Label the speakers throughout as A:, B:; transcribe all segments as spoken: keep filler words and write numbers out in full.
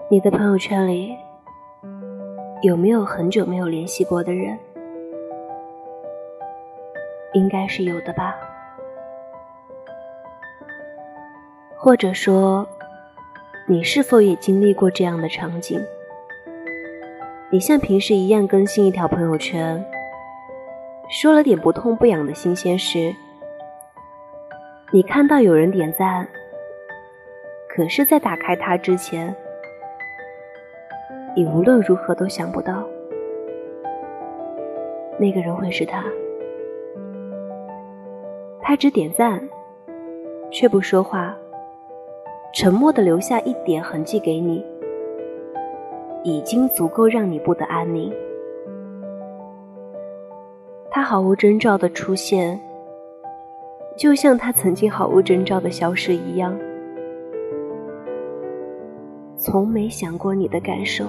A: 你的朋友圈里有没有很久没有联系过的人？应该是有的吧。或者说，你是否也经历过这样的场景？你像平时一样更新一条朋友圈，说了点不痛不痒的新鲜事，你看到有人点赞，可是在打开它之前，你无论如何都想不到那个人会是他。他只点赞却不说话，沉默地留下一点痕迹给你，已经足够让你不得安宁。他毫无征兆的出现，就像他曾经毫无征兆的消失一样，从没想过你的感受。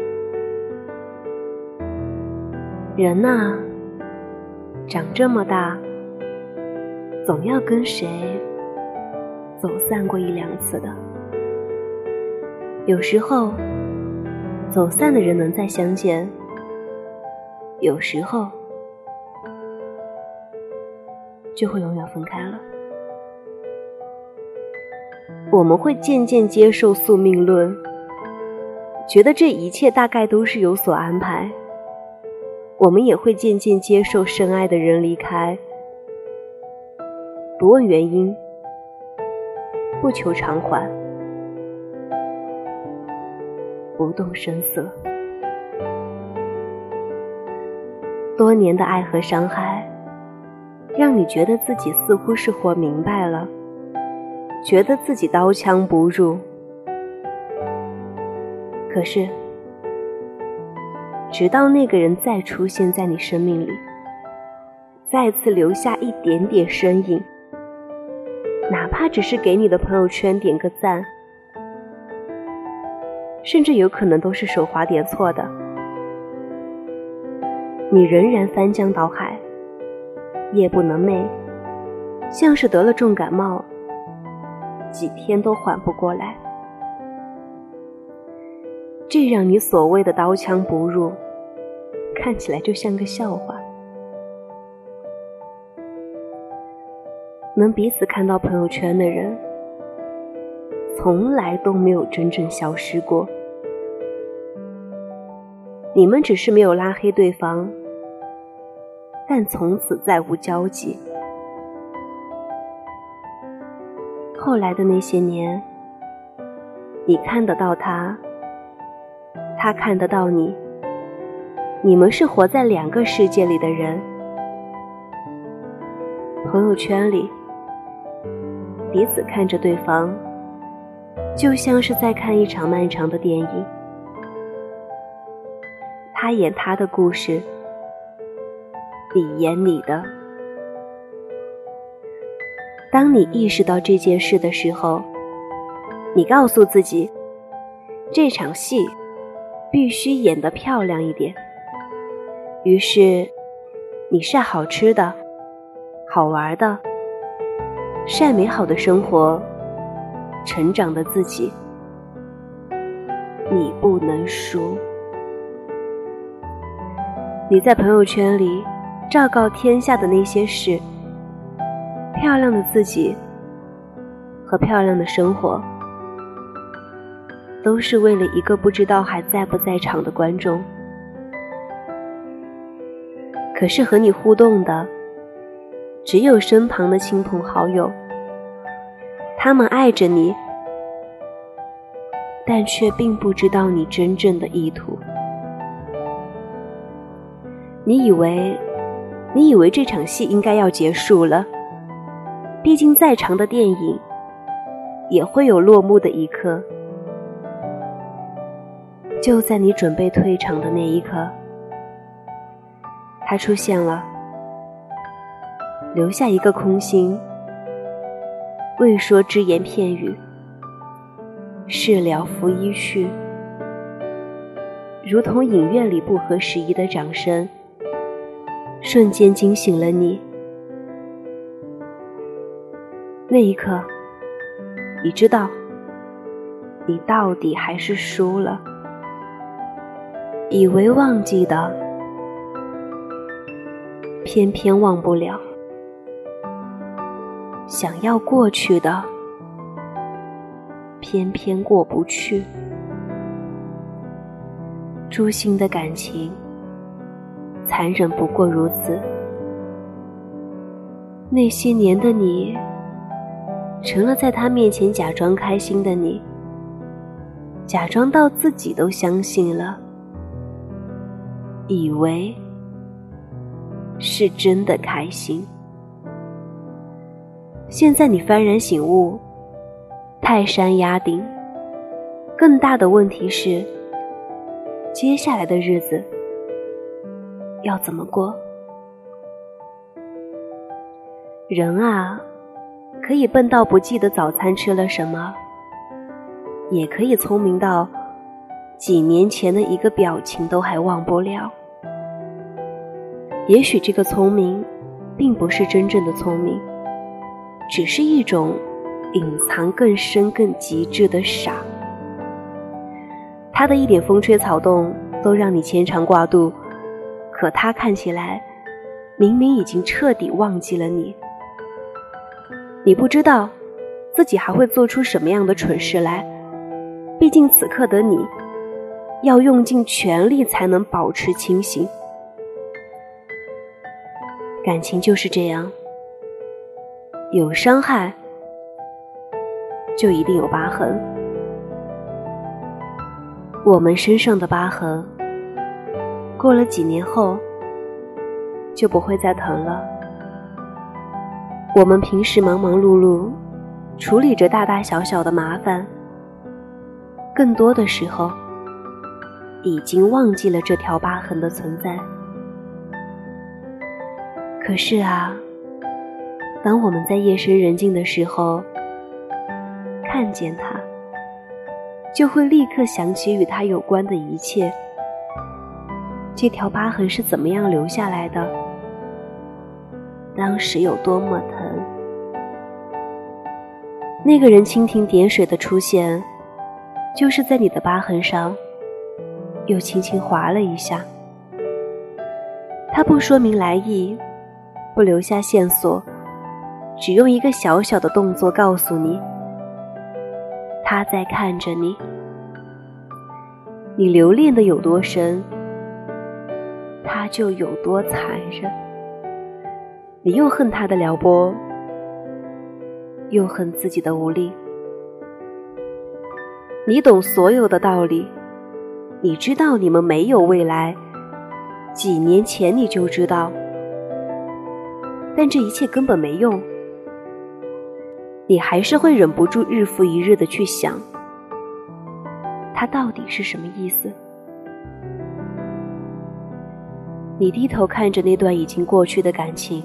A: 人啊，长这么大，总要跟谁走散过一两次的。有时候走散的人能再相见，有时候就会永远分开了。我们会渐渐接受宿命论，觉得这一切大概都是有所安排。我们也会渐渐接受深爱的人离开，不问原因，不求偿还，不动声色。多年的爱和伤害，让你觉得自己似乎是活明白了，觉得自己刀枪不入。可是直到那个人再出现在你生命里，再次留下一点点身影，哪怕只是给你的朋友圈点个赞，甚至有可能都是手滑点错的，你仍然翻江倒海，夜不能寐，像是得了重感冒，几天都缓不过来。这让你所谓的刀枪不入，看起来就像个笑话。能彼此看到朋友圈的人，从来都没有真正消失过。你们只是没有拉黑对方，但从此再无交集。后来的那些年，你看得到他，他看得到你，你们是活在两个世界里的人。朋友圈里，彼此看着对方，就像是在看一场漫长的电影。他演他的故事，你演你的。当你意识到这件事的时候，你告诉自己，这场戏必须演得漂亮一点。于是你晒好吃的，好玩的，晒美好的生活，成长的自己。你不能输。你在朋友圈里昭告天下的那些事，漂亮的自己和漂亮的生活，都是为了一个不知道还在不在场的观众。可是和你互动的只有身旁的亲朋好友，他们爱着你，但却并不知道你真正的意图。你以为你以为这场戏应该要结束了，毕竟再长的电影也会有落幕的一刻。就在你准备退场的那一刻，他出现了，留下一个空心，未说只言片语，事了拂衣去，如同影院里不合时宜的掌声，瞬间惊醒了你。那一刻，你知道， 你到底还是输了。以为忘记的，偏偏忘不了；想要过去的，偏偏过不去。诛心的感情，残忍不过如此。那些年的你，成了在他面前假装开心的你，假装到自己都相信了，以为是真的开心。现在你幡然醒悟，泰山压顶，更大的问题是，接下来的日子要怎么过？人啊，可以笨到不记得早餐吃了什么，也可以聪明到几年前的一个表情都还忘不了。也许这个聪明并不是真正的聪明，只是一种隐藏更深更极致的傻。他的一点风吹草动都让你牵肠挂肚，可他看起来明明已经彻底忘记了你。你不知道自己还会做出什么样的蠢事来，毕竟此刻的你要用尽全力才能保持清醒。感情就是这样，有伤害就一定有疤痕。我们身上的疤痕，过了几年后就不会再疼了。我们平时忙忙碌碌，处理着大大小小的麻烦，更多的时候已经忘记了这条疤痕的存在。可是啊，当我们在夜深人静的时候看见它，就会立刻想起与它有关的一切。这条疤痕是怎么样留下来的？当时有多么疼？那个人蜻蜓点水的出现，就是在你的疤痕上又轻轻划了一下。他不说明来意，不留下线索，只用一个小小的动作告诉你，他在看着你。你留恋的有多深，他就有多残忍。你又恨他的撩拨，又恨自己的无力。你懂所有的道理，你知道你们没有未来，几年前你就知道，但这一切根本没用。你还是会忍不住日复一日地去想，他到底是什么意思？你低头看着那段已经过去的感情，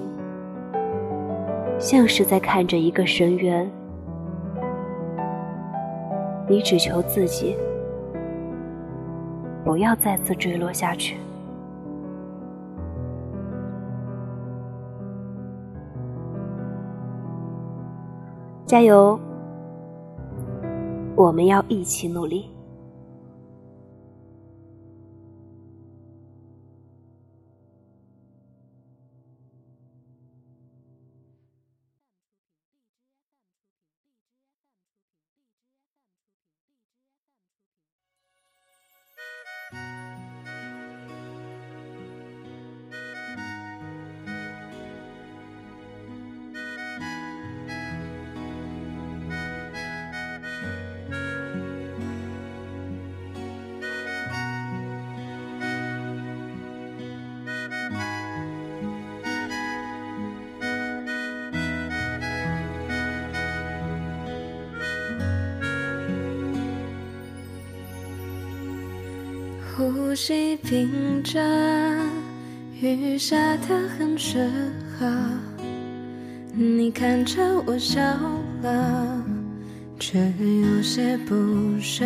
A: 像是在看着一个深渊。你只求自己不要再次坠落下去。加油，我们要一起努力。
B: 呼吸屏着，雨下得很适合。你看着我笑了，却有些不舍。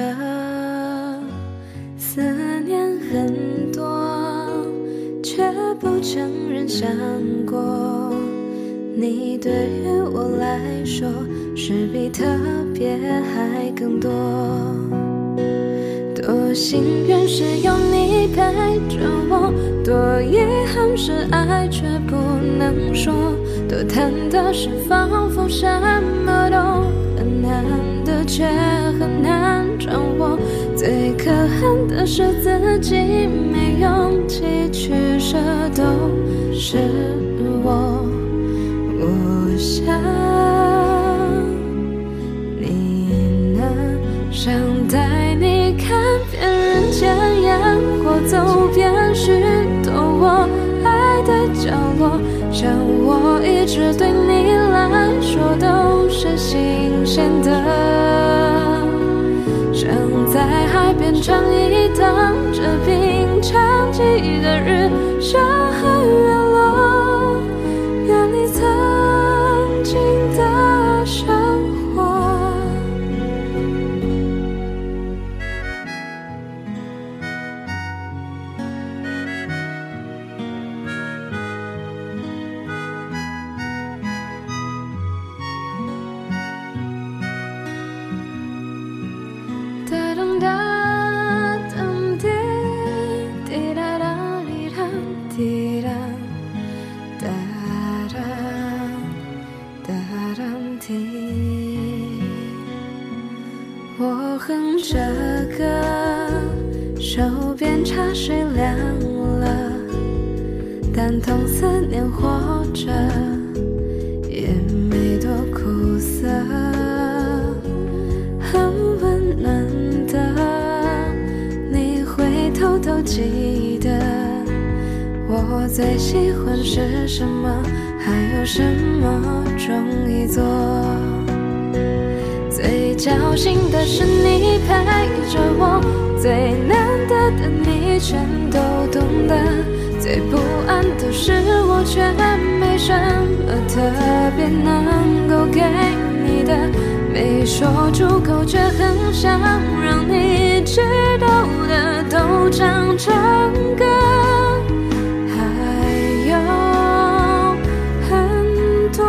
B: 思念很多，却不承认想过。你对于我来说是比特别还更多。多幸运是有你陪着我，多遗憾是爱却不能说，多忐忑是仿佛什么都很难得却很难掌握，最可恨的是自己没勇气去舍，都是我。我想你呢，想带你看遍人间烟火，走遍许多我爱的角落，像我一直对你来说都是新鲜的，想在海边唱一趟这平常记的日升和月落，远离曾经的生活。哒噔哒噔滴滴哒哒滴哒滴哒哒哒哒哒滴。我哼着歌，手边茶水凉了，但同思念活着，也没多苦涩，很温暖的。你会偷偷记得我最喜欢是什么，还有什么容易做。最侥幸的是你陪着我，最难得的你全都懂得，最不安的是我却没什么特别能够给你的，没说出口却很想让你知道的都唱成歌，还有很多。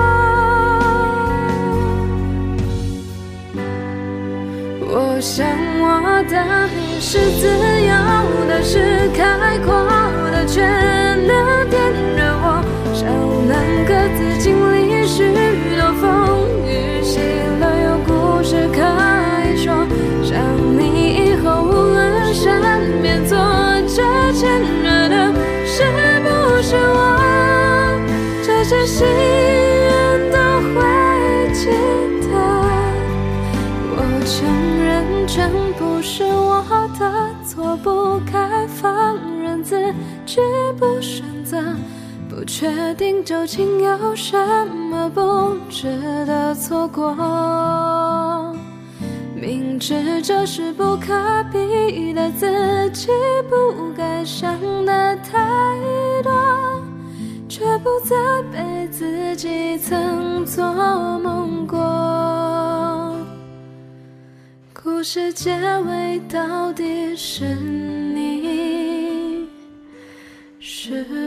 B: 我想我的是自由的，是开阔的，却能点燃我，像能各自经历许多风雨，喜乐有故事可以说，像你以后无论身边坐着牵着的是不是我，这些心愿都会记得。我承认真不是我的错，不该放任自己不选择，不确定究竟有什么不值得错过，明知这是不可避的，自己不该想的太多，却不再被自己曾做梦过。故事结尾到底是你是